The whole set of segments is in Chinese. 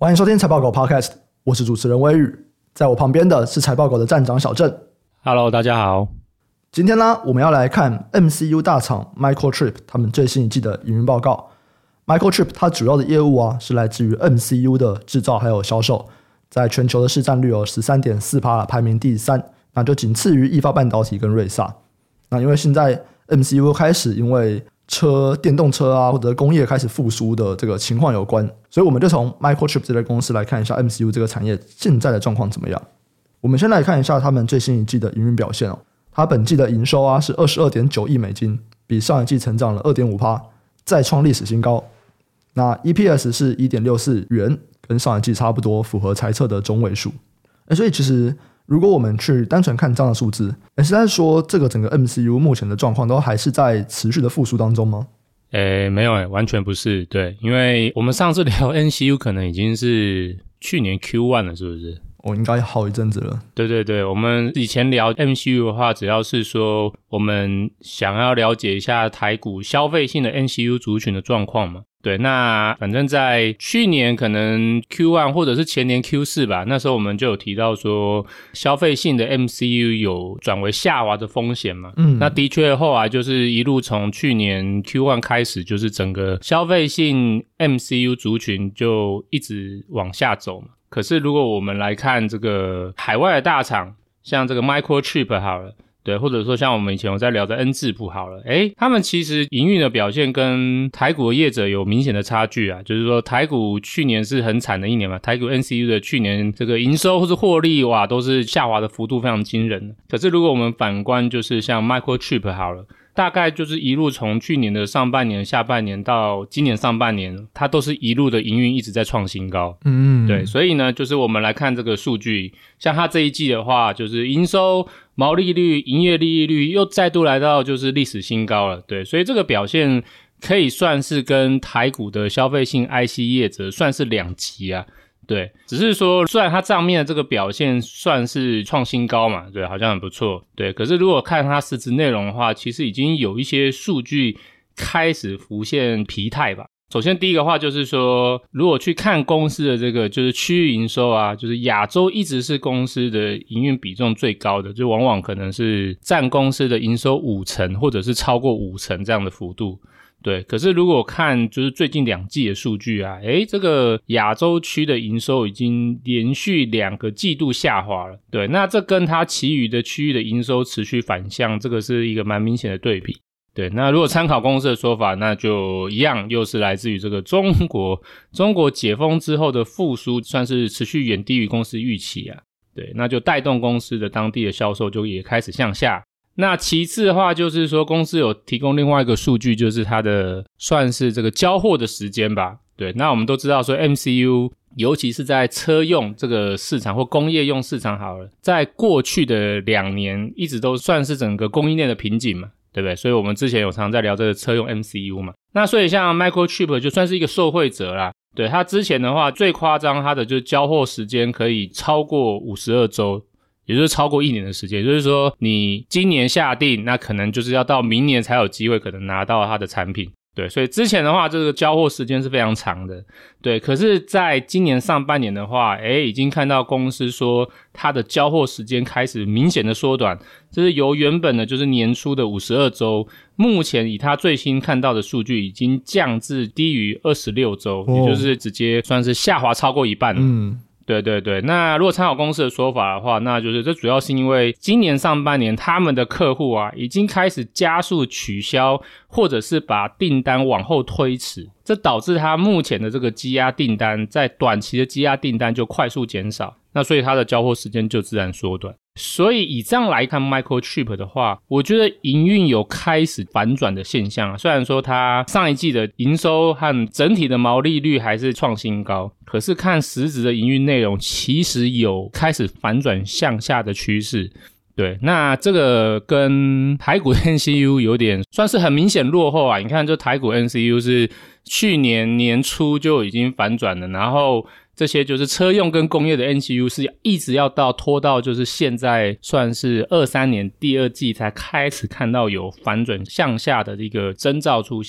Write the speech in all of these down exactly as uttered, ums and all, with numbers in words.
欢迎收听财报狗 Podcast， 我是主持人威宇，在我旁边的是财报狗的站长小郑。 Hello， 大家好。 今天呢，我们要来看 M C U 大厂 Microchip 他们最新一季的营运报告。Microchip 它主要的业务啊，是来自于 M C U 的制造还有销售，在全球的市占率有 百分之十三点四， 排名第三，那就仅次于意法半导体跟瑞萨。那因为现在 M C U 开始因为车电动车啊或者工业开始复苏的这个情况有关，所以我们就从 Microchip 这类公司来看一下 M C U 这个产业现在的状况怎么样。我们先来看一下他们最新一季的营运表现哦。它本季的营收啊是 二十二点九亿美金，比上一季成长了 百分之二点五， 再创历史新高。那 E P S 是 一点六四元，跟上一季差不多，符合财测的中位数。所以其实如果我们去单纯看这样的数字，是在说这个整个 M C U 目前的状况都还是在持续的复苏当中吗？ 诶，没有诶，完全不是。对，因为我们上次聊 M C U 可能已经是去年 Q 一 了，是不是？ 哦，应该好一阵子了。 对对对，我们以前聊 M C U 的话，只要是说我们想要了解一下台股消费性的 M C U 族群的状况嘛。对，那反正在去年可能 Q 一 或者是前年 Q 四 吧，那时候我们就有提到说消费性的 M C U 有转为下滑的风险嘛。嗯，那的确后来就是一路从去年 Q 一 开始，就是整个消费性 M C U 族群就一直往下走嘛。可是如果我们来看这个海外的大厂，像这个 Microchip 好了，对，或者说像我们以前有在聊的 N 智谱好了，诶，他们其实营运的表现跟台股的业者有明显的差距啊，就是说台股去年是很惨的一年嘛，台股 M C U 的去年这个营收或是获利哇都是下滑的幅度非常惊人的。可是如果我们反观就是像 Microchip 好了，大概就是一路从去年的上半年、下半年到今年上半年，它都是一路的营运一直在创新高。嗯，对，所以呢，就是我们来看这个数据，像它这一季的话，就是营收、毛利率、营业利益率又再度来到就是历史新高了。对，所以这个表现可以算是跟台股的消费性 I C 业者算是两极啊。对，只是说虽然它账面的这个表现算是创新高嘛，对，好像很不错，对，可是如果看它实质内容的话，其实已经有一些数据开始浮现疲态吧。首先第一个话就是说，如果去看公司的这个就是区域营收啊，就是亚洲一直是公司的营运比重最高的，就往往可能是占公司的营收五成或者是超过五成这样的幅度。对，可是如果看就是最近两季的数据啊，诶，这个亚洲区的营收已经连续两个季度下滑了。对，那这跟它其余的区域的营收持续反向，这个是一个蛮明显的对比。对，那如果参考公司的说法，那就一样，又是来自于这个中国，中国解封之后的复苏算是持续远低于公司预期啊。对，那就带动公司的当地的销售就也开始向下。那其次的话就是说公司有提供另外一个数据，就是它的算是这个交货的时间吧。对，那我们都知道说 M C U 尤其是在车用这个市场或工业用市场好了，在过去的两年一直都算是整个供应链的瓶颈嘛，对不对？所以我们之前有常在聊这个车用 M C U 嘛。那所以像 Microchip 就算是一个受惠者啦。对，它之前的话最夸张，它的就是交货时间可以超过五十二周。也就是超过一年的时间，也就是说你今年下定，那可能就是要到明年才有机会可能拿到它的产品。对，所以之前的话这个交货时间是非常长的。对，可是在今年上半年的话，诶，已经看到公司说它的交货时间开始明显的缩短，这是由原本的就是年初的五十二周，目前以它最新看到的数据已经降至低于二十六周，哦，也就是直接算是下滑超过一半了。嗯，对对对，那如果参考公司的说法的话，那就是这主要是因为今年上半年他们的客户啊已经开始加速取消或者是把订单往后推迟，这导致他目前的这个积压订单在短期的积压订单就快速减少，那所以它的交货时间就自然缩短。所以以这样来看 Microchip 的话，我觉得营运有开始反转的现象啊。虽然说它上一季的营收和整体的毛利率还是创新高，可是看实质的营运内容其实有开始反转向下的趋势。对，那这个跟台股 M C U 有点算是很明显落后啊。你看这台股 M C U 是去年年初就已经反转了，然后这些就是车用跟工业的 M C U 是一直要到拖到就是现在算是二三年第二季才开始看到有反转向下的一个征兆出现。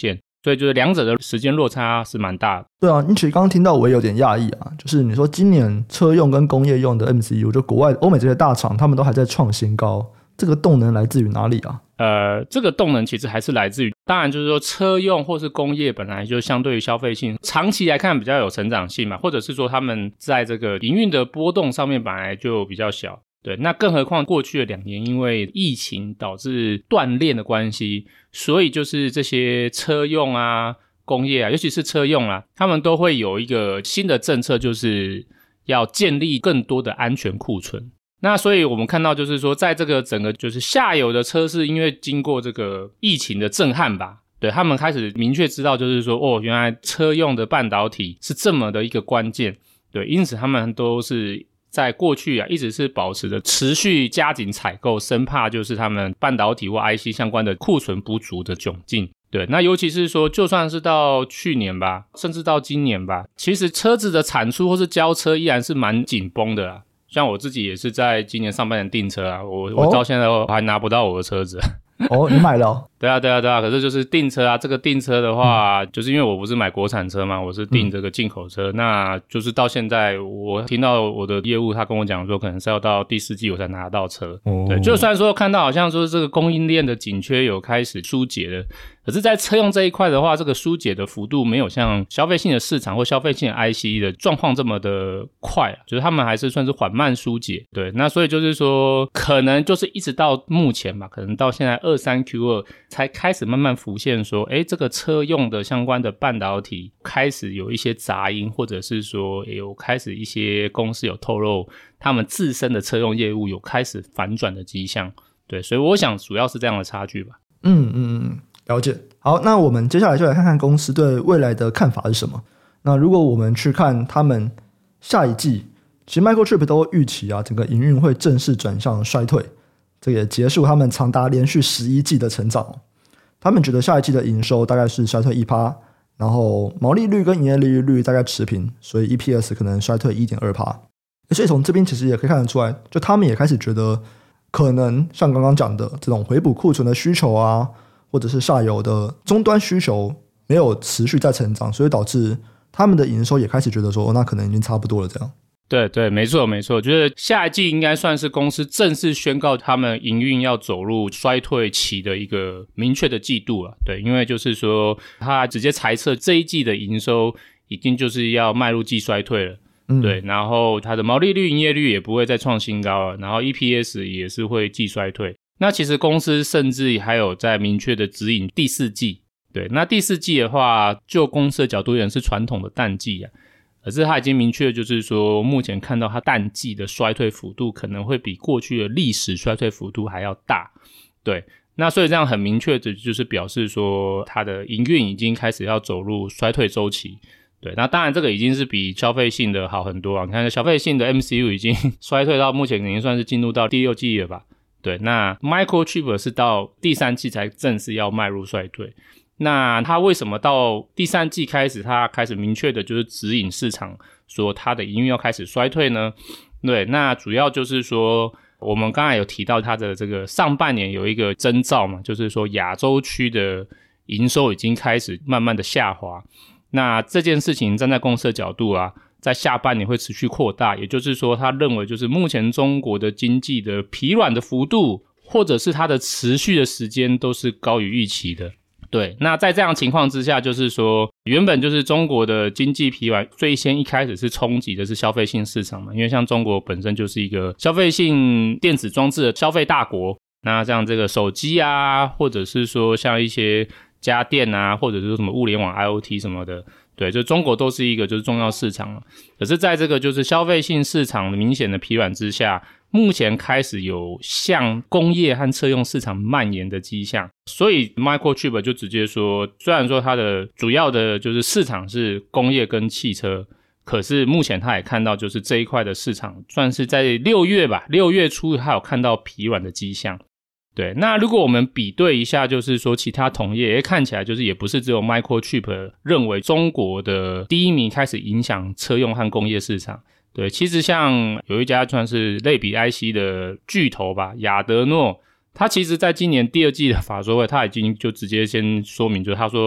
所以就是两者的时间落差是蛮大的。 对啊，你其实刚刚听到我也有点讶异啊，就是你说今年车用跟工业用的 M C U， 就国外欧美这些大厂他们都还在创新高，这个动能来自于哪里啊？ 呃，这个动能其实还是来自于，当然就是说车用或是工业本来就相对于消费性长期来看比较有成长性嘛，或者是说他们在这个营运的波动上面本来就比较小。对，那更何况过去的两年因为疫情导致断链的关系，所以就是这些车用啊、工业啊，尤其是车用啊，他们都会有一个新的政策，就是要建立更多的安全库存。那所以我们看到就是说在这个整个就是下游的车市，因为经过这个疫情的震撼吧，对，他们开始明确知道就是说哦，原来车用的半导体是这么的一个关键。对，因此他们都是在过去啊一直是保持着持续加紧采购，生怕就是他们半导体或 I C 相关的库存不足的窘境。对，那尤其是说就算是到去年吧，甚至到今年吧，其实车子的产出或是交车依然是蛮紧绷的啦。像我自己也是在今年上半年订车啊，我我到现在我还拿不到我的车子。 哦，你买了哦？ 对啊对啊对啊，可是就是订车啊，这个订车的话、嗯、就是因为我不是买国产车嘛，我是订这个进口车、嗯、那就是到现在我听到我的业务他跟我讲说可能是要到第四季我才拿到车、哦、对，就算说看到好像说这个供应链的紧缺有开始疏解了，可是在车用这一块的话，这个疏解的幅度没有像消费性的市场或消费性的 I C 的状况这么的快、啊、就是他们还是算是缓慢疏解。对，那所以就是说可能就是一直到目前吧，可能到现在二三 Q 二才开始慢慢浮现说诶这个车用的相关的半导体开始有一些杂音，或者是说有开始一些公司有透露他们自身的车用业务有开始反转的迹象。对，所以我想主要是这样的差距吧。 嗯嗯嗯，了解。好，那我们接下来就来看看公司对未来的看法是什么。那如果我们去看他们下一季，其实 Microchip 都预期啊，整个营运会正式转向衰退，这也结束他们长达连续十一季的成长。他们觉得下一季的营收大概是衰退 百分之一， 然后毛利率跟营业利率率大概持平，所以 E P S 可能衰退 百分之一点二。 所以从这边其实也可以看得出来，就他们也开始觉得可能像刚刚讲的这种回补库存的需求啊，或者是下游的终端需求没有持续在成长，所以导致他们的营收也开始觉得说、哦、那可能已经差不多了这样。 对对，没错没错，就是下一季应该算是公司正式宣告他们营运要走入衰退期的一个明确的季度了。对，因为就是说他直接猜测这一季的营收已经就是要迈入季衰退了。嗯、对，然后它的毛利率、营业率也不会再创新高了，然后 E P S 也是会季衰退。那其实公司甚至还有在明确的指引第四季。对，那第四季的话，就公司的角度而言是传统的淡季啊。可是他已经明确就是说目前看到他淡季的衰退幅度可能会比过去的历史衰退幅度还要大。对，那所以这样很明确的就是表示说他的营运已经开始要走入衰退周期。对，那当然这个已经是比消费性的好很多啊。你看消费性的 M C U 已经衰退到目前已经算是进入到第六季了吧。对，那 Microchip 是到第三季才正式要迈入衰退。那他为什么到第三季开始他开始明确的就是指引市场说他的营运要开始衰退呢？对，那主要就是说我们刚才有提到他的这个上半年有一个征兆嘛，就是说亚洲区的营收已经开始慢慢的下滑。那这件事情站在公司的角度啊，在下半年会持续扩大，也就是说他认为就是目前中国的经济的疲软的幅度或者是它的持续的时间都是高于预期的。对，那在这样的情况之下，就是说原本就是中国的经济疲软最先一开始是冲击的是消费性市场嘛，因为像中国本身就是一个消费性电子装置的消费大国，那像这个手机啊，或者是说像一些家电啊，或者是什么物联网 I O T 什么的，对，就中国都是一个就是重要市场了。可是在这个就是消费性市场明显的疲软之下，目前开始有向工业和车用市场蔓延的迹象，所以 Microchip 就直接说，虽然说它的主要的就是市场是工业跟汽车，可是目前他也看到就是这一块的市场算是在六月吧，六月初他有看到疲软的迹象。对，那如果我们比对一下，就是说其他同业，看起来就是也不是只有 Microchip 认为中国的第一名开始影响车用和工业市场。对，其实像有一家算是类比 I C 的巨头吧，亚德诺，他其实在今年第二季的法说会，他已经就直接先说明，就是他说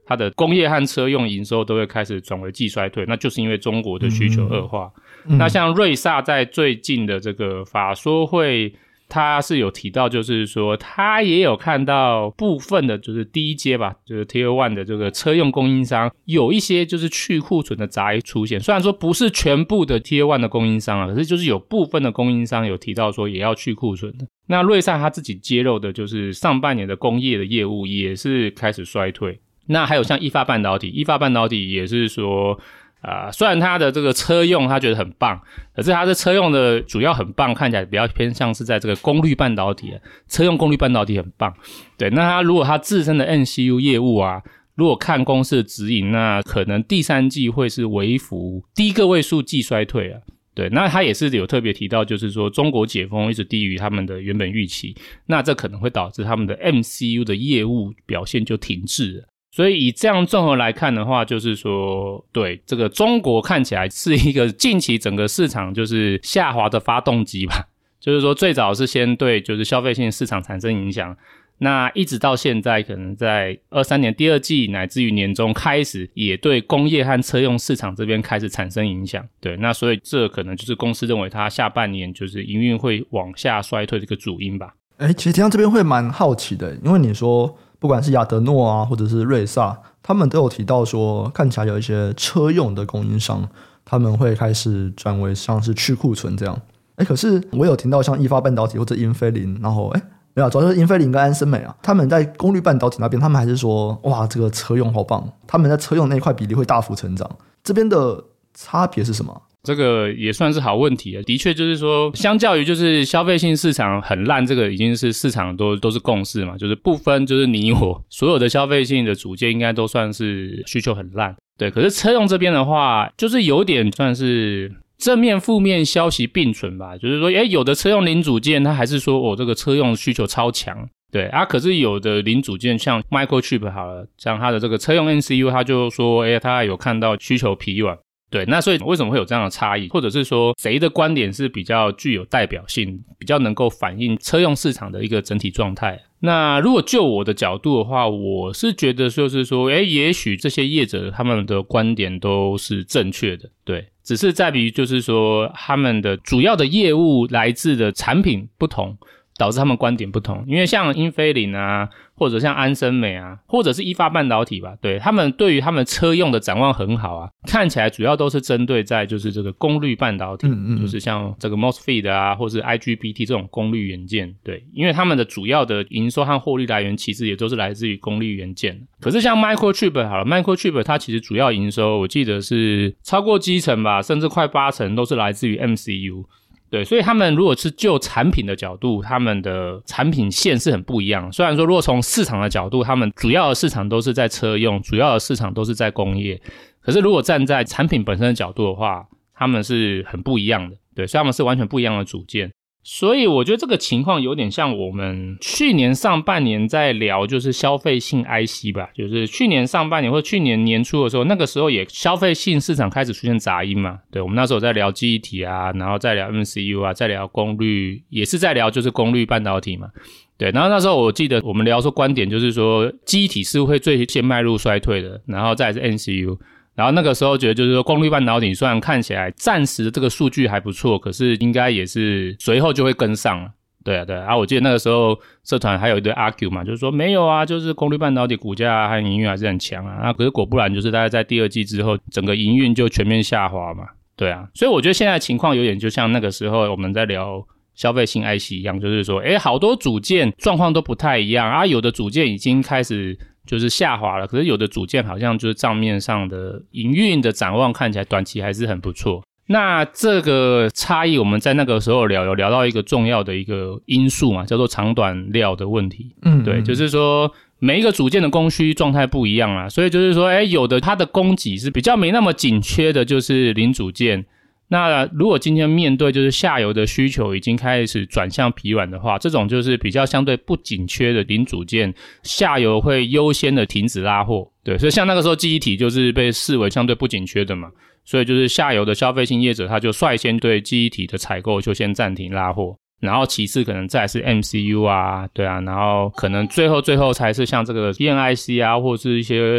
它的工业和车用营收都会开始转为季衰退，那就是因为中国的需求恶化。嗯、那像瑞萨在最近的这个法说会，他是有提到，就是说他也有看到部分的就是第一阶吧，就是 Tier 一 的这个车用供应商有一些就是去库存的杂音出现，虽然说不是全部的 Tier 一 的供应商啊，可是就是有部分的供应商有提到说也要去库存的。那瑞萨他自己揭露的就是上半年的工业的业务也是开始衰退。那还有像意法半导体，意法半导体也是说啊、呃，虽然它的这个车用他觉得很棒，可是它的车用的主要很棒，看起来比较偏向是在这个功率半导体，车用功率半导体很棒。对，那它如果它自身的 M C U 业务啊，如果看公司的指引，那可能第三季会是微幅低个位数季衰退啊。对，那他也是有特别提到，就是说中国解封一直低于他们的原本预期，那这可能会导致他们的 M C U 的业务表现就停滞了。所以以这样综合来看的话，就是说对这个中国看起来是一个近期整个市场就是下滑的发动机吧，就是说最早是先对就是消费性市场产生影响，那一直到现在可能在二三年第二季乃至于年中开始也对工业和车用市场这边开始产生影响。对，那所以这可能就是公司认为它下半年就是营运会往下衰退的一个主因吧。 诶，其实听到这边会蛮好奇的，因为你说不管是亚德诺啊或者是瑞萨，他们都有提到说看起来有一些车用的供应商他们会开始转为像是去库存这样。诶，可是我有听到像意法半导体或者英飞凌，然后诶没有，主要是英飞凌跟安森美啊，他们在功率半导体那边他们还是说哇这个车用好棒，他们在车用那一块比例会大幅成长，这边的差别是什么？ 这个也算是好问题了，的确就是说相较于就是消费性市场很烂，这个已经是市场都都是共识嘛，就是不分就是你我，所有的消费性的组件应该都算是需求很烂。对，可是车用这边的话就是有点算是正面负面消息并存吧，就是说诶有的车用零组件它还是说哦这个车用需求超强，对啊，可是有的零组件像 Microchip 好了，像它的这个车用 M C U 它就说诶它有看到需求疲软。对，那所以为什么会有这样的差异，或者是说谁的观点是比较具有代表性，比较能够反映车用市场的一个整体状态。那如果就我的角度的话，我是觉得就是说诶也许这些业者他们的观点都是正确的，对，只是在于就是说他们的主要的业务来自的产品不同，导致他们观点不同。因为像英飞凌啊，或者像安森美啊，或者是意法半导体吧，对，他们对于他们车用的展望很好啊，看起来主要都是针对在就是这个功率半导体，嗯嗯，就是像这个 MOSFET 啊，或是 I G B T 这种功率元件，对，因为他们的主要的营收和获利来源其实也都是来自于功率元件。可是像 Microchip 好了 Microchip 它其实主要营收我记得是超过七成吧，甚至快八成都是来自于 M C U。对，所以他们如果是就产品的角度，他们的产品线是很不一样。虽然说如果从市场的角度，他们主要的市场都是在车用，主要的市场都是在工业，可是如果站在产品本身的角度的话，他们是很不一样的。对，所以他们是完全不一样的组件。所以我觉得这个情况有点像我们去年上半年在聊就是消费性 I C 吧，就是去年上半年或去年年初的时候，那个时候也消费性市场开始出现杂音嘛，对，我们那时候在聊记忆体啊，然后再聊 M C U 啊，再聊功率，也是在聊就是功率半导体嘛，对，然后那时候我记得我们聊说观点就是说记忆体是会最先迈入衰退的，然后再来是 M C U，然后那个时候觉得就是说功率半导体虽然看起来暂时的这个数据还不错，可是应该也是随后就会跟上了。对啊对啊，啊我记得那个时候社团还有一堆 argue 嘛，就是说没有啊，就是功率半导体股价和营运还是很强啊，啊可是果不然就是大概在第二季之后整个营运就全面下滑嘛。对啊，所以我觉得现在情况有点就像那个时候我们在聊消费性 I C 一样，就是说诶好多组件状况都不太一样啊，有的组件已经开始就是下滑了，可是有的组件好像就是账面上的营运的展望看起来短期还是很不错。那这个差异我们在那个时候聊有聊到一个重要的一个因素嘛，叫做长短料的问题。嗯，对，就是说每一个组件的供需状态不一样啦，所以就是说诶有的它的供给是比较没那么紧缺的，就是零组件。那如果今天面对就是下游的需求已经开始转向疲软的话，这种就是比较相对不紧缺的零组件，下游会优先的停止拉货。对，所以像那个时候记忆体就是被视为相对不紧缺的嘛，所以就是下游的消费性业者他就率先对记忆体的采购就先暂停拉货，然后其次可能再来是 M C U 啊，对啊，然后可能最后最后才是像这个 B N I C 啊，或是一些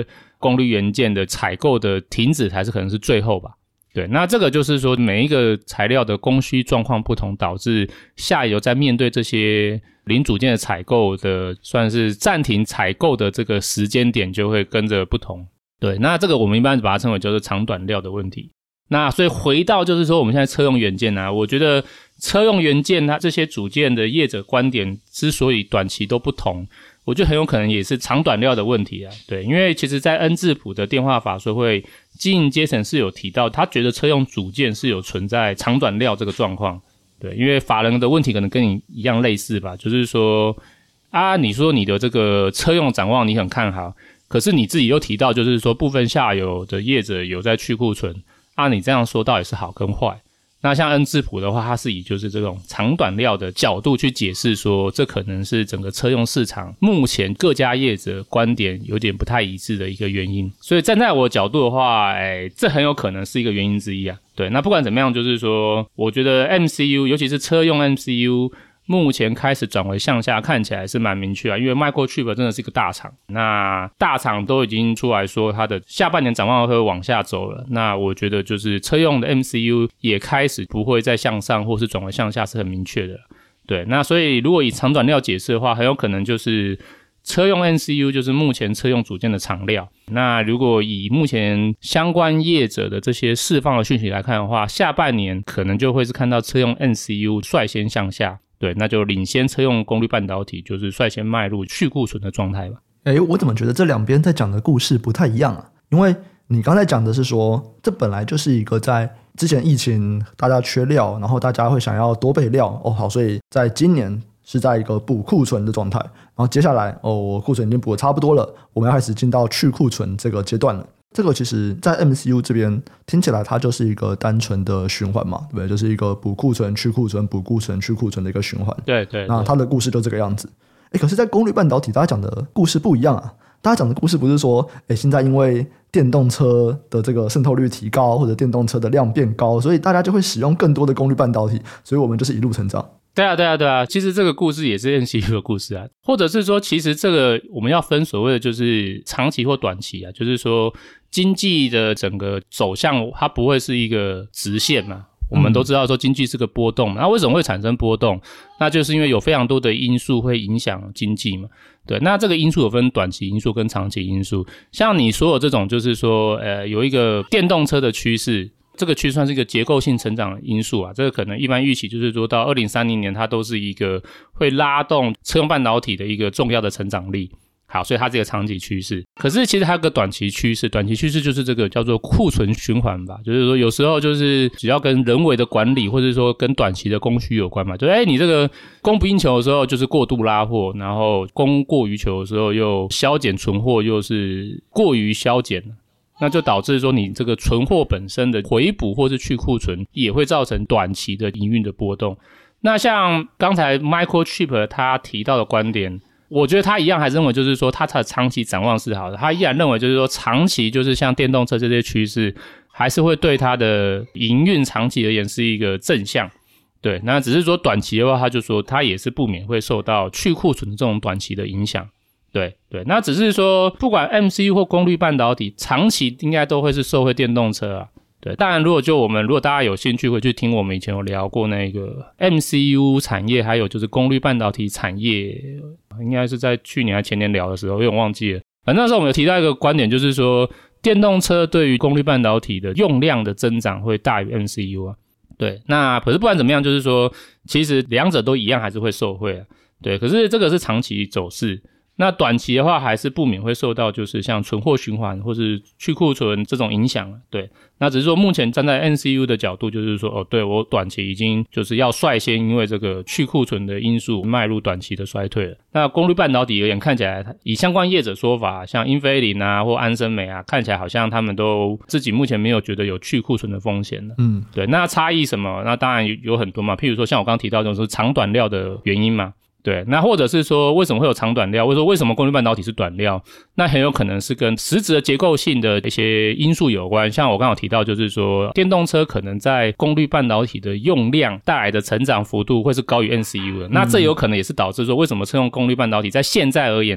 功率元件的采购的停止才是可能是最后吧。对，那这个就是说每一个材料的供需状况不同，导致下游在面对这些零组件的采购的算是暂停采购的这个时间点就会跟着不同。对，那这个我们一般把它称为就是长短料的问题。那所以回到就是说我们现在车用元件啊，我觉得车用元件它这些组件的业者观点之所以短期都不同，我觉得很有可能也是长短料的问题啊。对，因为其实在恩智浦的电话法说会经营阶层是有提到，他觉得车用组件是有存在长短料这个状况。对，因为法人的问题可能跟你一样类似吧，就是说啊，你说你的这个车用展望你很看好，可是你自己又提到就是说部分下游的业者有在去库存啊，你这样说到底是好跟坏？那像恩智浦的话，它是以就是这种长短料的角度去解释说，这可能是整个车用市场目前各家业者观点有点不太一致的一个原因。所以站在我的角度的话，哎，这很有可能是一个原因之一啊。对，那不管怎么样，就是说，我觉得 M C U， 尤其是车用 M C U，目前开始转为向下，看起来是蛮明确啊，因为 Microchip 真的是一个大厂，那大厂都已经出来说它的下半年展望会往下走了，那我觉得就是车用的 M C U 也开始不会再向上或是转为向下是很明确的。对，那所以如果以长短料解释的话，很有可能就是车用 M C U 就是目前车用组件的长料，那如果以目前相关业者的这些释放的讯息来看的话，下半年可能就会是看到车用 M C U 率先向下，对，那就领先车用功率半导体就是率先迈入去库存的状态吧。 诶，我怎么觉得这两边在讲的故事不太一样啊？因为你刚才讲的是说，这本来就是一个在之前疫情大家缺料，然后大家会想要多备料哦，好，所以在今年是在一个补库存的状态，然后接下来哦，我库存已经补得差不多了，我们要开始进到去库存这个阶段了。这个其实在 M C U 这边听起来它就是一个单纯的循环嘛，对不对？就是一个补库存去库存补库存去库存的一个循环。 对 对, 对， 那它的故事就这个样子。诶，可是在功率半导体大家讲的故事不一样啊。大家讲的故事不是说诶现在因为电动车的这个渗透率提高，或者电动车的量变高，所以大家就会使用更多的功率半导体，所以我们就是一路成长。 对啊对啊对啊，其实这个故事也是 M C U 的故事啊，或者是说其实这个我们要分所谓的就是长期或短期啊，就是说经济的整个走向它不会是一个直线嘛，我们都知道说经济是个波动嘛，那为什么会产生波动？那就是因为有非常多的因素会影响经济嘛。对，那这个因素有分短期因素跟长期因素，像你所有这种就是说呃有一个电动车的趋势，这个趋势算是一个结构性成长的因素啊，这个可能一般预期就是说到二零三零年它都是一个会拉动车用半导体的一个重要的成长力。好，所以它是一个长期趋势。可是其实它有个短期趋势，短期趋势就是这个叫做库存循环吧，就是说有时候就是只要跟人为的管理或者说跟短期的供需有关嘛，就哎你这个供不应求的时候就是过度拉货，然后供过于求的时候又削减存货，又是过于削减，那就导致说你这个存货本身的回补或是去库存也会造成短期的营运的波动。那像刚才 Microchip 他提到的观点，我觉得他一样还是认为就是说他的长期展望是好的，他依然认为就是说长期就是像电动车这些趋势还是会对他的营运长期而言是一个正向。对，那只是说短期的话他就说他也是不免会受到去库存的这种短期的影响。对对，那只是说不管 M C U 或功率半导体长期应该都会是受惠电动车啊。对，当然如果就我们如果大家有兴趣会去听我们以前有聊过那个 M C U 产业还有就是功率半导体产业，应该是在去年还前年聊的时候有点忘记了，反正那时候我们有提到一个观点，就是说电动车对于功率半导体的用量的增长会大于 M C U 啊。对，那可是不管怎么样就是说其实两者都一样还是会受惠啊。对，可是这个是长期走势，那短期的话还是不免会受到就是像存货循环或是去库存这种影响。对，那只是说目前站在 M C U 的角度就是说哦，对，我短期已经就是要率先因为这个去库存的因素迈入短期的衰退了。那功率半导体而言，看起来以相关业者说法，像英飞凌啊或安森美啊，看起来好像他们都自己目前没有觉得有去库存的风险了。嗯，对，那差异什么？那当然有很多嘛，譬如说像我刚刚提到的就是长短料的原因嘛。对，那或者是说为什么会有长短料，或者说为什么功率半导体是短料，那很有可能是跟实质的结构性的一些因素有关。像我刚刚有提到就是说电动车可能在功率半导体的用量带来的成长幅度会是高于 M C U 的，那这有可能也是导致说为什么车用功率半导体在现在而言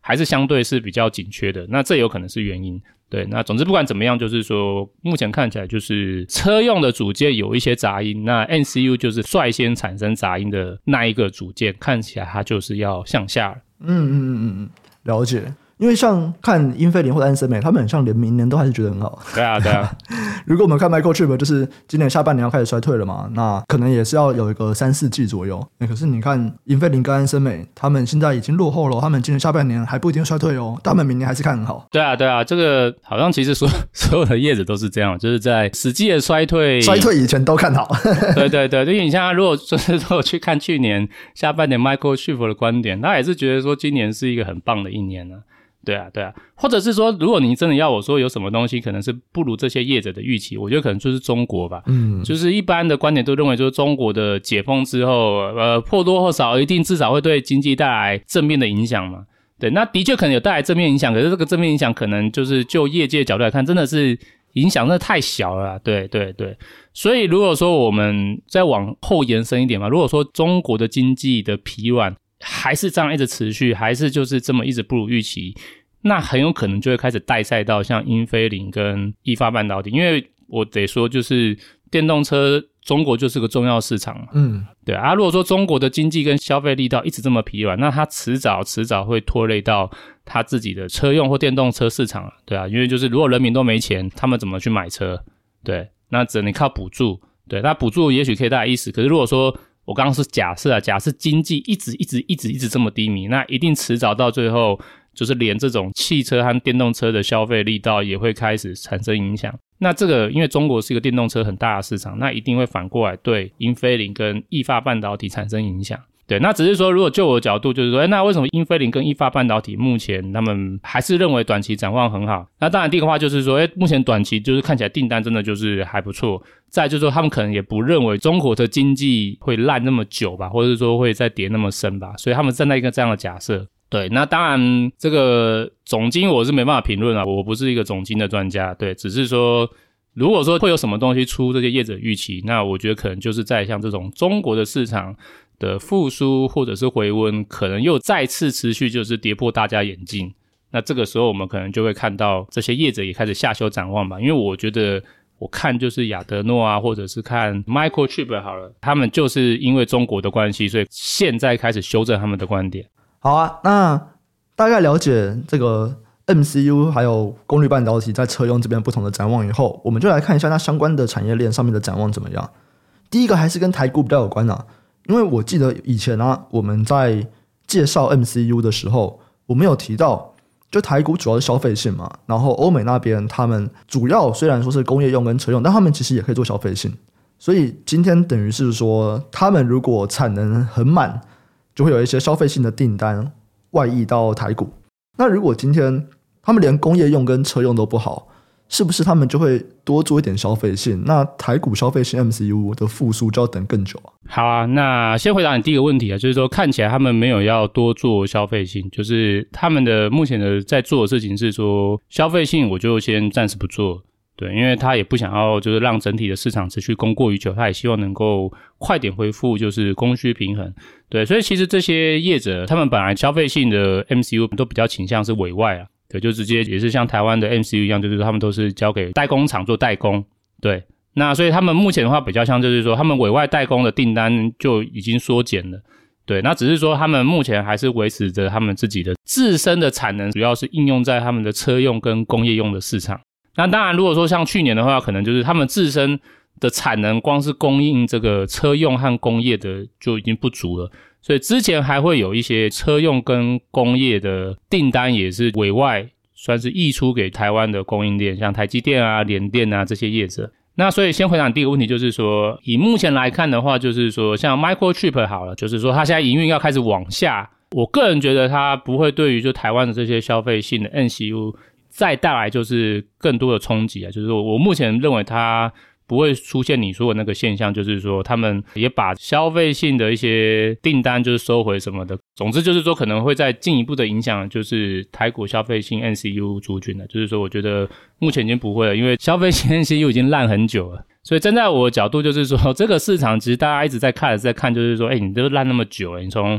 还是相对是比较紧缺的，那这有可能是原因。对，那总之不管怎么样，就是说目前看起来就是车用的组件有一些杂音，那 M C U 就是率先产生杂音的那一个组件，看起来它就是要向下了。 嗯嗯嗯嗯，了解。因为像看英飞凌或者安森美，他们很像连明年都还是觉得很好。 对啊对啊如果我们看 Microchip 就是今年下半年要开始衰退了嘛，那可能也是要有一个三四季左右。可是你看英飞凌跟安森美他们现在已经落后了，他们今年下半年还不一定衰退哦，但他们明年还是看很好。 对啊对啊，这个好像其实所所有的业者都是这样，就是在实际的衰退衰退以前都看好。 对对对，因为你像如果就是如果去看去年下半年 Microchip 的观点，他也是觉得说今年是一个很棒的一年啊。对啊对啊，或者是说如果你真的要我说有什么东西可能是不如这些业者的预期，我觉得可能就是中国吧。嗯，就是一般的观点都认为就是中国的解封之后呃，或多或少一定至少会对经济带来正面的影响嘛。对，那的确可能有带来正面影响，可是这个正面影响可能就是就业界角度来看真的是影响真的太小了啦。对对对，所以如果说我们再往后延伸一点嘛，如果说中国的经济的疲软还是这样一直持续，还是就是这么一直不如预期，那很有可能就会开始带赛到像英飞凌跟意法半导体，因为我得说就是电动车中国就是个重要市场嘛。嗯，对啊，如果说中国的经济跟消费力道一直这么疲软，那它迟早迟早会拖累到它自己的车用或电动车市场，对啊，因为就是如果人民都没钱，他们怎么去买车？对，那只能靠补助。对，那补助也许可以带来意思，可是如果说我刚刚是假设啊，假设经济一直一直一直一直这么低迷，那一定迟早到最后就是连这种汽车和电动车的消费力道也会开始产生影响。那这个因为中国是一个电动车很大的市场，那一定会反过来对英飞凌跟意法半导体产生影响。对，那只是说如果就我的角度就是说，诶那为什么英飞凌跟意法半导体目前他们还是认为短期展望很好？那当然第一个话就是说，诶目前短期就是看起来订单真的就是还不错。再来就是说他们可能也不认为中国的经济会烂那么久吧，或者说会再跌那么深吧，所以他们站在一个这样的假设。对，那当然这个总经我是没办法评论啊，我不是一个总经的专家。对，只是说如果说会有什么东西出这些业者预期，那我觉得可能就是在像这种中国的市场的复苏或者是回温，可能又再次持续就是跌破大家眼镜。那这个时候我们可能就会看到这些业者也开始下修展望吧，因为我觉得我看就是亚德诺啊，或者是看 Microchip 好了，他们就是因为中国的关系，所以现在开始修正他们的观点。 好啊，那大概了解这个 M C U 还有功率半导体在车用这边不同的展望以后，我们就来看一下它相关的产业链上面的展望怎么样。第一个还是跟台股比较有关啊，因为我记得以前啊我们在介绍 M C U 的时候，我们有提到就台股主要是消费性嘛，然后欧美那边他们主要虽然说是工业用跟车用，但他们其实也可以做消费性，所以今天等于是说他们如果产能很满，就会有一些消费性的订单外溢到台股。那如果今天他们连工业用跟车用都不好，是不是他们就会多做一点消费性？那台股消费性 M C U 的复苏就要等更久啊。 好啊，那先回答你第一个问题啊，就是说看起来他们没有要多做消费性，就是他们的目前的在做的事情是说消费性我就先暂时不做。对，因为他也不想要就是让整体的市场持续供过于求，他也希望能够快点恢复就是供需平衡。对，所以其实这些业者他们本来消费性的 M C U 都比较倾向是委外啊，对，就直接也是像台湾的 M C U 一样，就是他们都是交给代工厂做代工。对，那所以他们目前的话比较像就是说他们委外代工的订单就已经缩减了。对，那只是说他们目前还是维持着他们自己的自身的产能，主要是应用在他们的车用跟工业用的市场。那当然如果说像去年的话，可能就是他们自身的产能光是供应这个车用和工业的就已经不足了，所以之前还会有一些车用跟工业的订单也是委外算是溢出给台湾的供应链，像台积电啊、联电啊这些业者。那所以先回答你第一个问题，就是说以目前来看的话，就是说像 Microchip 好了，就是说它现在营运要开始往下，我个人觉得它不会对于就台湾的这些消费性的 M C U再带来就是更多的冲击啊，就是说我目前认为它不会出现你说的那个现象，就是说他们也把消费性的一些订单就是收回什么的。总之就是说可能会再进一步的影响就是台股消费性 M C U 族群了，就是说我觉得目前已经不会了，因为消费性 M C U 已经烂很久了。所以站在我的角度就是说这个市场其实大家一直在看在看就是说诶你都烂那么久了，你从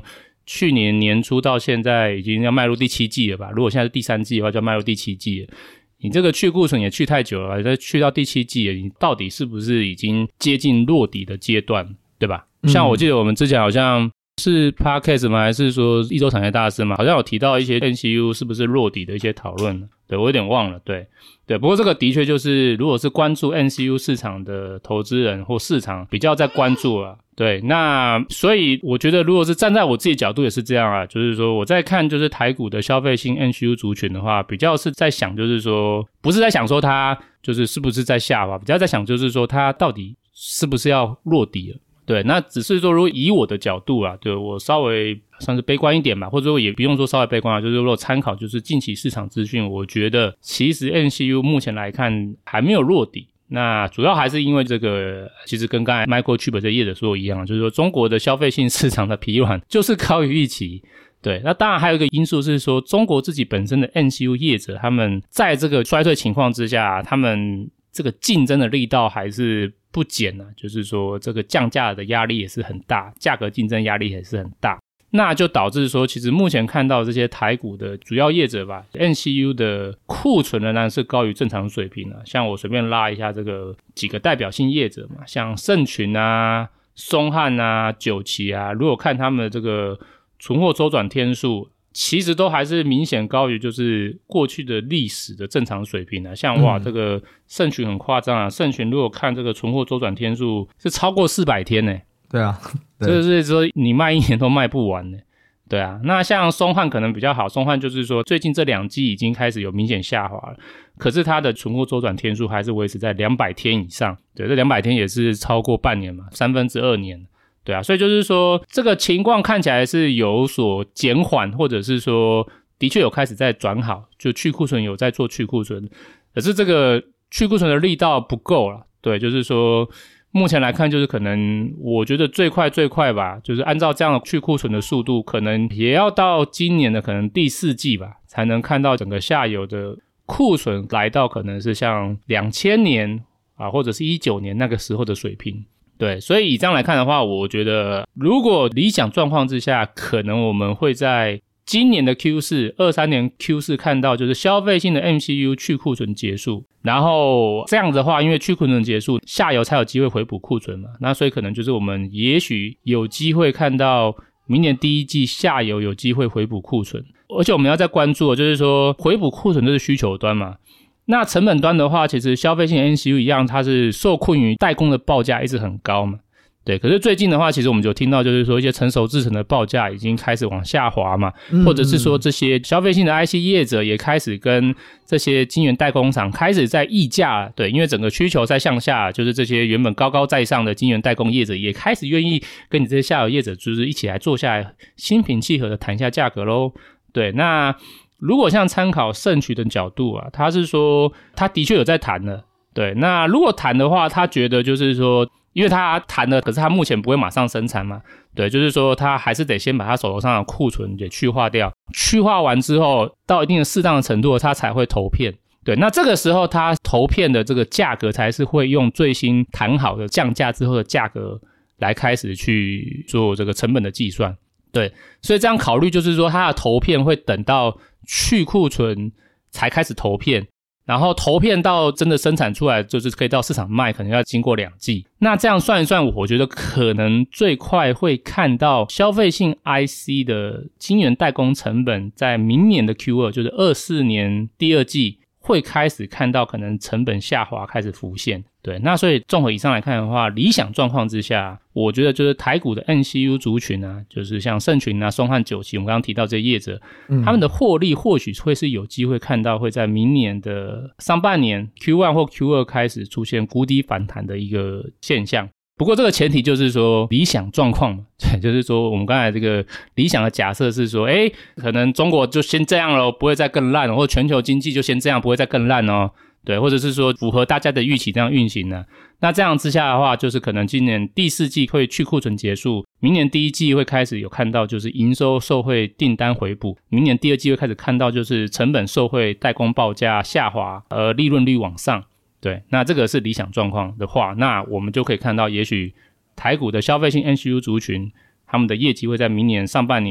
去年年初到现在已经要迈入第七季了吧，如果现在是第三季的话就要迈入第七季了，你这个去库存也去太久了，再去到第七季了，你到底是不是已经接近落底的阶段，对吧？嗯、像我记得我们之前好像是 podcast 吗？还是说一周产业大师吗？好像有提到一些 M C U 是不是落底的一些讨论，对，我有点忘了，对对。不过这个的确就是，如果是关注 M C U 市场的投资人或市场比较在关注啊，对。那所以我觉得，如果是站在我自己角度也是这样啊，就是说我在看就是台股的消费性 M C U 族群的话，比较是在想就是说，不是在想说它就是是不是在下滑，比较在想就是说它到底是不是要落底了。对，那只是说如果以我的角度啊，对，我稍微算是悲观一点吧，或者说也不用说稍微悲观啊，就是如果参考就是近期市场资讯，我觉得其实 M C U 目前来看还没有落底，那主要还是因为这个其实跟刚才 Microchip 这业者说一样，就是说中国的消费性市场的疲软就是高于预期。对，那当然还有一个因素是说中国自己本身的 M C U 业者，他们在这个衰退情况之下，他们这个竞争的力道还是不减啊，就是说这个降价的压力也是很大，价格竞争压力也是很大，那就导致说其实目前看到这些台股的主要业者吧 M C U 的库存仍然是高于正常水平啊。像我随便拉一下这个几个代表性业者嘛，像盛群啊、松汉啊、九旗啊，如果看他们的这个存货周转天数，其实都还是明显高于就是过去的历史的正常水平啊。像哇、嗯、这个盛群很夸张啊，盛群如果看这个存货周转天数是超过四百天耶。 对啊， 对，就是说你卖一年都卖不完耶。对啊，那像松汉可能比较好，松汉就是说最近这两季已经开始有明显下滑了，可是它的存货周转天数还是维持在两百天以上。对，这两百天也是超过半年嘛，三分之二年。对啊，所以就是说这个情况看起来是有所减缓，或者是说的确有开始在转好，就去库存有在做去库存，可是这个去库存的力道不够啦。对，就是说目前来看就是可能我觉得最快最快吧，就是按照这样的去库存的速度，可能也要到今年的可能第四季吧，才能看到整个下游的库存来到可能是像两千年啊，或者是一九年那个时候的水平。对，所以以这样来看的话，我觉得如果理想状况之下，可能我们会在今年的 Q 四 二三年 Q 四 看到就是消费性的 M C U 去库存结束，然后这样的话因为去库存结束，下游才有机会回补库存嘛，那所以可能就是我们也许有机会看到明年第一季下游有机会回补库存，而且我们要再关注就是说回补库存就是需求端嘛，那成本端的话，其实消费性 M C U 一样，它是受困于代工的报价一直很高嘛。对，可是最近的话，其实我们就听到就是说一些成熟制程的报价已经开始往下滑嘛，嗯、或者是说这些消费性的 I C 业者也开始跟这些晶圆代工厂开始在议价，对，因为整个需求在向下，就是这些原本高高在上的晶圆代工业者也开始愿意跟你这些下游业者就是一起来坐下来心平气和的谈一下价格咯。对，那如果像参考盛群的角度啊，他是说他的确有在谈了，对，那如果谈的话，他觉得就是说因为他谈了，可是他目前不会马上生产嘛，对，就是说他还是得先把他手头上的库存给去化掉，去化完之后到一定的适当的程度他才会投片，对，那这个时候他投片的这个价格才是会用最新谈好的降价之后的价格来开始去做这个成本的计算，对，所以这样考虑就是说他的投片会等到去库存才开始投片，然后投片到真的生产出来就是可以到市场卖，可能要经过两季，那这样算一算，我觉得可能最快会看到消费性 I C 的晶圆代工成本在明年的 Q 二 就是二四年第二季会开始看到可能成本下滑开始浮现，对，那所以综合以上来看的话，理想状况之下，我觉得就是台股的 M C U 族群啊，就是像盛群啊、松汉、九旗，我们刚刚提到这些业者、嗯、他们的获利或许会是有机会看到会在明年的上半年 Q 一 或 Q 二 开始出现谷底反弹的一个现象。不过这个前提就是说理想状况嘛，就是说我们刚才这个理想的假设是说，诶，可能中国就先这样咯，不会再更烂，或者全球经济就先这样，不会再更烂哦。对，或者是说符合大家的预期这样运行呢？那这样之下的话，就是可能今年第四季会去库存结束，明年第一季会开始有看到就是营收受惠订单回补，明年第二季会开始看到就是成本受惠代工报价下滑，而利润率往上。对，那这个是理想状况的话，那我们就可以看到也许台股的消费性 M C U 族群他们的业绩会在明年上半年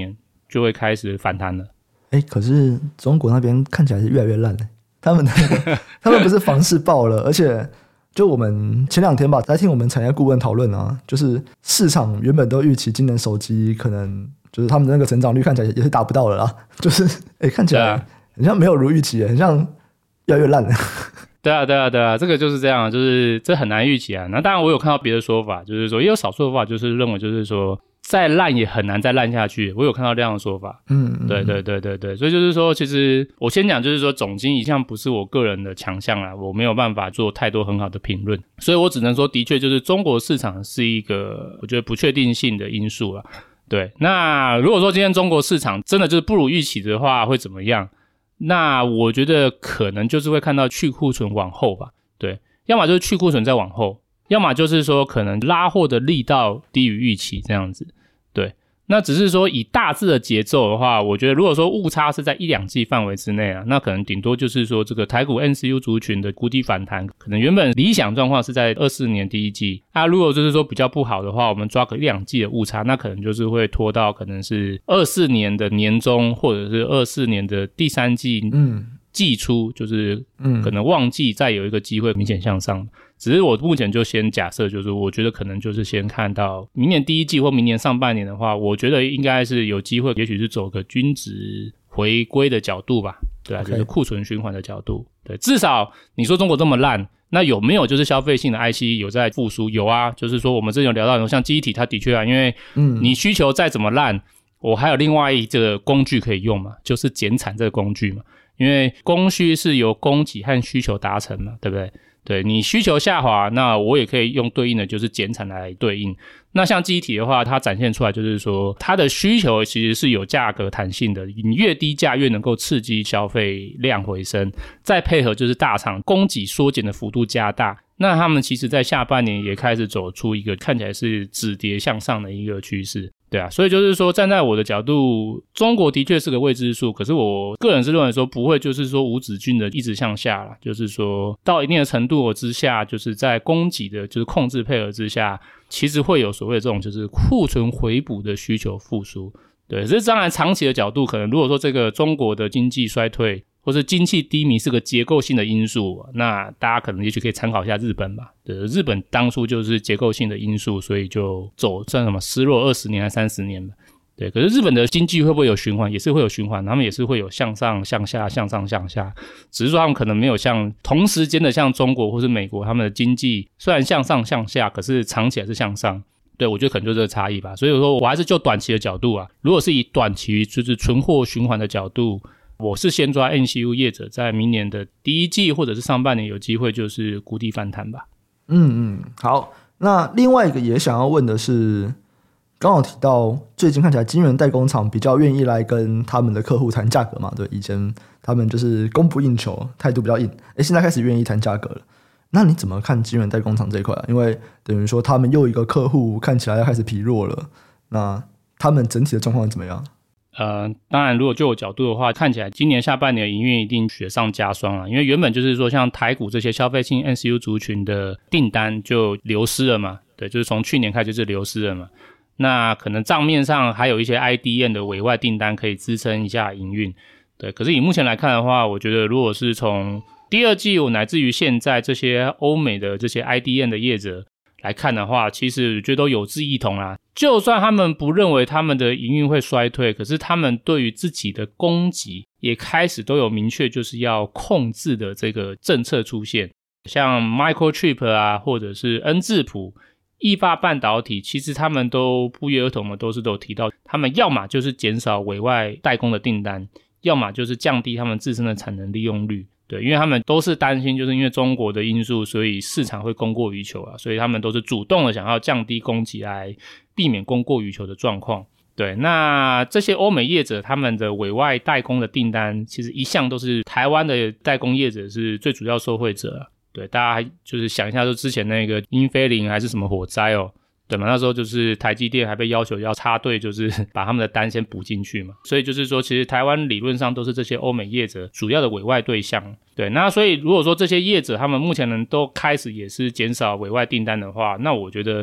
就会开始反弹了。 哎，可是中国那边看起来是越来越烂，他们他们不是房市爆了，而且就我们前两天吧，在听我们产业顾问讨论啊，就是市场原本都预期今年手机可能就是他们的那个成长率看起来也是达不到了啦，就是哎看起来很像没有如预期，很像越来越烂了。 对啊，对啊，对啊，这个就是这样，就是这很难预期啊。那当然，我有看到别的说法，就是说也有少数的说法，就是认为就是说再烂也很难再烂下去。我有看到这样的说法， 嗯， 对对对对对，所以就是说，其实我先讲，就是说总经一向不是我个人的强项啦，我没有办法做太多很好的评论，所以我只能说，的确就是中国市场是一个我觉得不确定性的因素啦。对，那如果说今天中国市场真的就是不如预期的话，会怎么样？那我觉得可能就是会看到去库存往后吧，对，要么就是去库存再往后，要么就是说可能拉货的力道低于预期这样子，对。那只是说以大致的节奏的话，我觉得如果说误差是在一两季范围之内啊，那可能顶多就是说这个台股 N C U 族群的谷底反弹，可能原本理想状况是在二四年第一季，啊，如果就是说比较不好的话，我们抓个一两季的误差，那可能就是会拖到可能是二四年的年中，或者是二四年的第三季，嗯。季初就是可能旺季再有一个机会明显向上，只是我目前就先假设，就是我觉得可能就是先看到明年第一季或明年上半年的话，我觉得应该是有机会，也许是走个均值回归的角度吧，对啊， okay. 就是库存循环的角度，对，至少你说中国这么烂，那有没有就是消费性的 I C 有在复苏？有啊，就是说我们之前有聊到像记忆体，它的确啊，因为你需求再怎么烂，我还有另外一个工具可以用嘛，就是减产这个工具嘛。因为供需是由供给和需求达成嘛，对不对？对，你需求下滑，那我也可以用对应的就是减产来对应。那像记忆体的话，它展现出来就是说它的需求其实是有价格弹性的，你越低价越能够刺激消费量回升，再配合就是大厂供给缩减的幅度加大，那他们其实在下半年也开始走出一个看起来是止跌向上的一个趋势。对啊，所以就是说站在我的角度，中国的确是个未知数，可是我个人是认为说不会就是说无止境的一直向下啦，就是说到一定的程度之下，就是在供给的就是控制配合之下，其实会有所谓的这种就是库存回补的需求复苏。对，这当然长期的角度，可能如果说这个中国的经济衰退或是经济低迷是个结构性的因素，那大家可能也许可以参考一下日本吧。对，日本当初就是结构性的因素，所以就走算什么失落二十年还三十年吧。对，可是日本的经济会不会有循环？也是会有循环，他们也是会有向上向下向上向下，只是说他们可能没有像同时间的像中国或是美国，他们的经济虽然向上向下，可是长期还是向上。对，我觉得可能就这个差异吧。所以说我还是就短期的角度啊，如果是以短期就是存货循环的角度，我是先抓 N C U 业者在明年的第一季或者是上半年有机会就是谷底反弹吧。 嗯嗯，好。那另外一个也想要问的是，刚好提到最近看起来晶圆代工厂比较愿意来跟他们的客户谈价格嘛，对，以前他们就是供不应求，态度比较硬，诶，现在开始愿意谈价格了。那你怎么看晶圆代工厂这一块啊？因为等于说他们又一个客户看起来要开始疲弱了，那他们整体的状况怎么样？ 呃，当然如果就我角度的话，看起来今年下半年的营运一定雪上加霜了，因为原本就是说像台股这些消费性 N C U 族群的订单就流失了嘛，对，就是从去年开始就是流失了嘛，那可能账面上还有一些 I D M 的委外订单可以支撑一下营运，对，可是以目前来看的话，我觉得如果是从第二季我乃至于现在这些欧美的这些 I D M 的业者来看的话，其实我觉得都有志一同啦。就算他们不认为他们的营运会衰退，可是他们对于自己的供给也开始都有明确就是要控制的这个政策出现。像 Microchip 啊，或者是恩智浦、意法半导体，其实他们都不约而同的都是都有提到，他们要么就是减少委外代工的订单，要么就是降低他们自身的产能利用率。对，因为他们都是担心就是因为中国的因素，所以市场会供过于求啊，所以他们都是主动的想要降低供给来避免供过于求的状况。对，那这些欧美业者他们的委外代工的订单其实一向都是台湾的代工业者是最主要受惠者啊。对，大家就是想一下，就之前那个英飞凌还是什么火灾哦，对嘛？那时候就是台积电还被要求要插队，就是把他们的单先补进去嘛。所以就是说，其实台湾理论上都是这些欧美业者主要的委外对象。对，那所以如果说这些业者他们目前能都开始也是减少委外订单的话，那我觉得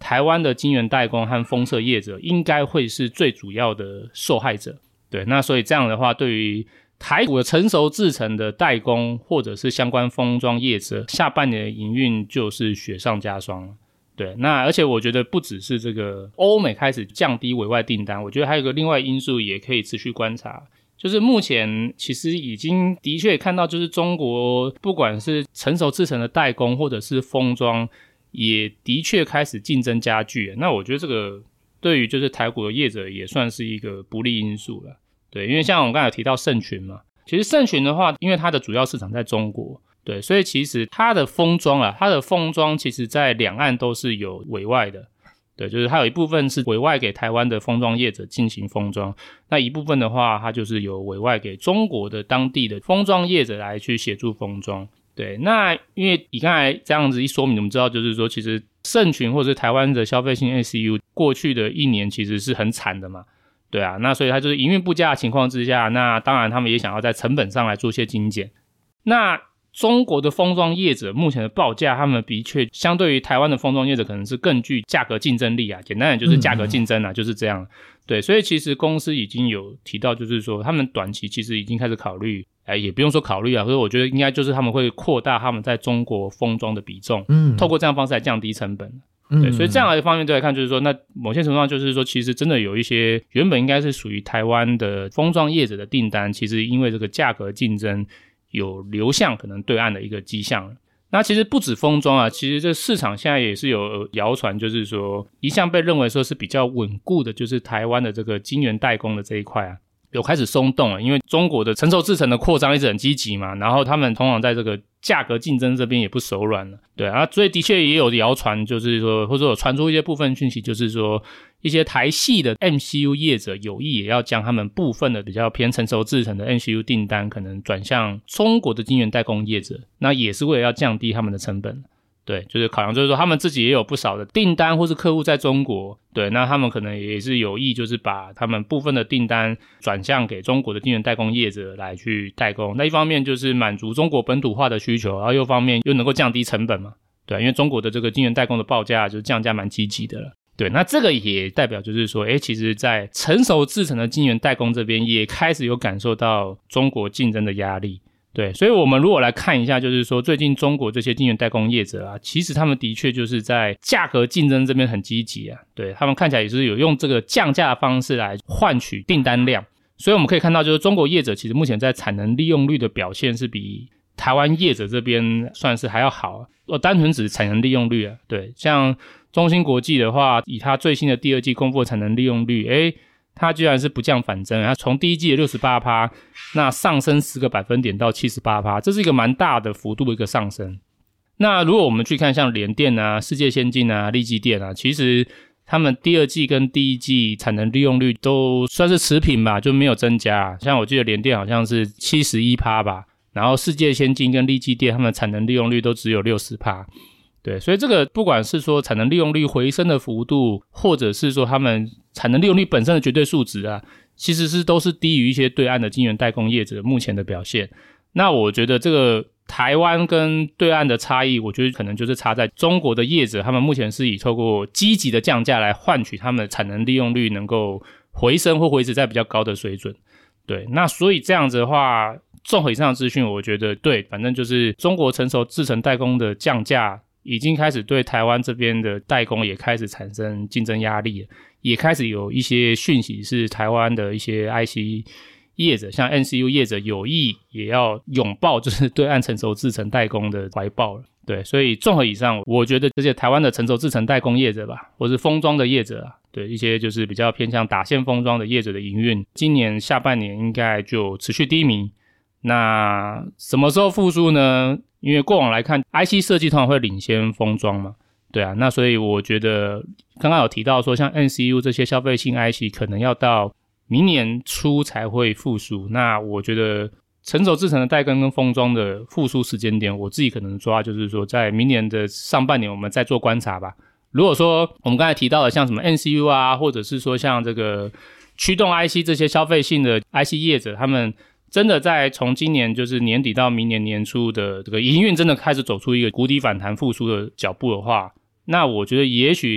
台湾的晶圆代工和封测业者应该会是最主要的受害者。对，那所以这样的话，对于台股的成熟制程的代工或者是相关封装业者，下半年的营运就是雪上加霜了。对，那而且我觉得不只是这个欧美开始降低委外订单，我觉得还有一个另外因素也可以持续观察，就是目前其实已经的确看到，就是中国不管是成熟制程的代工或者是封装，也的确开始竞争加剧。那我觉得这个对于就是台股的业者也算是一个不利因素了。对，因为像我们刚才有提到盛群嘛，其实盛群的话，因为它的主要市场在中国，对，所以其实它的封装啊，它的封装其实在两岸都是有委外的。对，就是它有一部分是委外给台湾的封装业者进行封装，那一部分的话，它就是有委外给中国的当地的封装业者来去协助封装。对，那因为你刚才这样子一说明，我们知道就是说，其实盛群或者是台湾的消费性 M C U 过去的一年其实是很惨的嘛。对啊，那所以它就是营运不佳的情况之下，那当然他们也想要在成本上来做些精简。那中国的封装业者目前的报价，他们的确相对于台湾的封装业者可能是更具价格竞争力啊，简单点就是价格竞争啊、嗯、就是这样。对，所以其实公司已经有提到，就是说他们短期其实已经开始考虑，哎，也不用说考虑啊，所以我觉得应该就是他们会扩大他们在中国封装的比重，嗯，透过这样的方式来降低成本。对，所以这样的方面对来看，就是说，那某些程度上就是说，其实真的有一些原本应该是属于台湾的封装业者的订单，其实因为这个价格竞争有流向可能对岸的一个迹象。那其实不止封装啊，其实这市场现在也是有谣传，就是说一向被认为说是比较稳固的，就是台湾的这个晶圆代工的这一块啊，有开始松动了。因为中国的成熟制程的扩张一直很积极嘛，然后他们通常在这个价格竞争这边也不手软了。对啊，所以的确也有谣传，就是说或者有传出一些部分讯息，就是说一些台系的 M C U 业者有意也要将他们部分的比较偏成熟制程的 M C U 订单可能转向中国的晶圆代工业者，那也是为了要降低他们的成本。对，就是考量就是说他们自己也有不少的订单或是客户在中国，对，那他们可能也是有意就是把他们部分的订单转向给中国的晶圆代工业者来去代工。那一方面就是满足中国本土化的需求，然后又方面又能够降低成本嘛。对，因为中国的这个晶圆代工的报价就是降价蛮积极的了。对，那这个也代表就是说，诶，其实在成熟制程的晶圆代工这边也开始有感受到中国竞争的压力。对，所以我们如果来看一下，就是说最近中国这些晶圆代工业者啊，其实他们的确就是在价格竞争这边很积极啊。对，他们看起来也是有用这个降价的方式来换取订单量。所以我们可以看到，就是中国业者其实目前在产能利用率的表现是比台湾业者这边算是还要好啊。我单纯指产能利用率啊，对，像中芯国际的话，以它最新的第二季公布的产能利用率，诶它居然是不降反增，它从第一季的 百分之六十八， 那上升十个百分点到 百分之七十八， 这是一个蛮大的幅度的一个上升。那如果我们去看像联电啊、世界先进啊、力积电啊，其实他们第二季跟第一季产能利用率都算是持平吧，就没有增加。像我记得联电好像是 百分之七十一 吧，然后世界先进跟力积电他们的产能利用率都只有 百分之六十。对，所以这个不管是说产能利用率回升的幅度，或者是说他们产能利用率本身的绝对数值啊，其实是都是低于一些对岸的晶圆代工业者目前的表现。那我觉得这个台湾跟对岸的差异，我觉得可能就是差在中国的业者，他们目前是以透过积极的降价来换取他们的产能利用率能够回升或维持在比较高的水准。对，那所以这样子的话，综合以上的资讯，我觉得对，反正就是中国成熟制程代工的降价已经开始对台湾这边的代工也开始产生竞争压力了，也开始有一些讯息是台湾的一些 I C 业者，像 M C U 业者有意也要拥抱就是对岸成熟制程代工的怀抱了。对，所以综合以上，我觉得这些台湾的成熟制程代工业者吧，或是封装的业者啊，对一些就是比较偏向打线封装的业者的营运，今年下半年应该就持续低迷。那什么时候复苏呢？因为过往来看 I C 设计通常会领先封装嘛，对啊，那所以我觉得刚刚有提到说像 M C U 这些消费性 I C 可能要到明年初才会复苏，那我觉得成熟制程的代工跟封装的复苏时间点，我自己可能抓就是说在明年的上半年我们再做观察吧。如果说我们刚才提到的像什么 M C U 啊，或者是说像这个驱动 I C 这些消费性的 I C 业者，他们真的在从今年就是年底到明年年初的这个营运真的开始走出一个谷底反弹复苏的脚步的话，那我觉得也许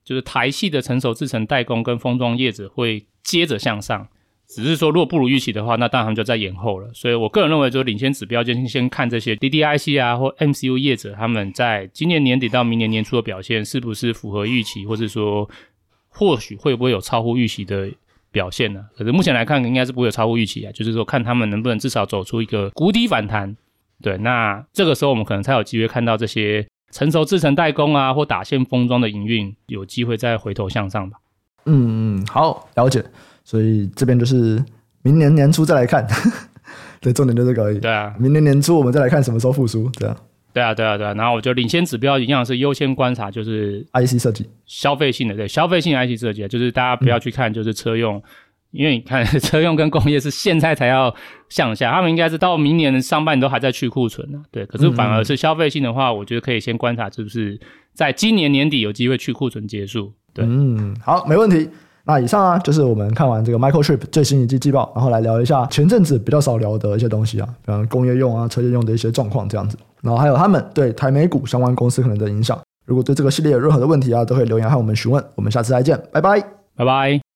就是台系的成熟制程代工跟封装业者会接着向上，只是说如果不如预期的话，那当然他们就在延后了。所以我个人认为，就是领先指标就先看这些 D D I C 啊或 M C U 业者他们在今年年底到明年年初的表现是不是符合预期，或是说或许会不会有超乎预期的表现呢？可是目前来看应该是不会有超乎预期啊，就是说看他们能不能至少走出一个谷底反弹。对，那这个时候我们可能才有机会看到这些成熟制程代工啊或打线封装的营运有机会再回头向上吧。 嗯嗯，好，了解。所以这边就是明年年初再来看对，重点就这个而已。 对啊， 明年年初我们再来看什么时候复苏，这样。 对啊对啊对啊，然后我觉得领先指标一样是优先观察，就是 I C 设计消费性的，对，消费性的 I C 设计，就是大家不要去看就是车用、嗯、因为你看车用跟工业是现在才要向下，他们应该是到明年上半年都还在去库存、啊、对，可是反而是消费性的话、嗯、我觉得可以先观察是不是在今年年底有机会去库存结束。对， 嗯，好，没问题。那以上啊，就是我们看完这个 Microchip 最新一季季报，然后来聊一下前阵子比较少聊的一些东西啊，比方工业用啊、车业用的一些状况这样子，然后还有他们对台美股相关公司可能的影响。如果对这个系列有任何的问题啊，都可以留言和我们询问。我们下次再见，拜拜， 拜拜。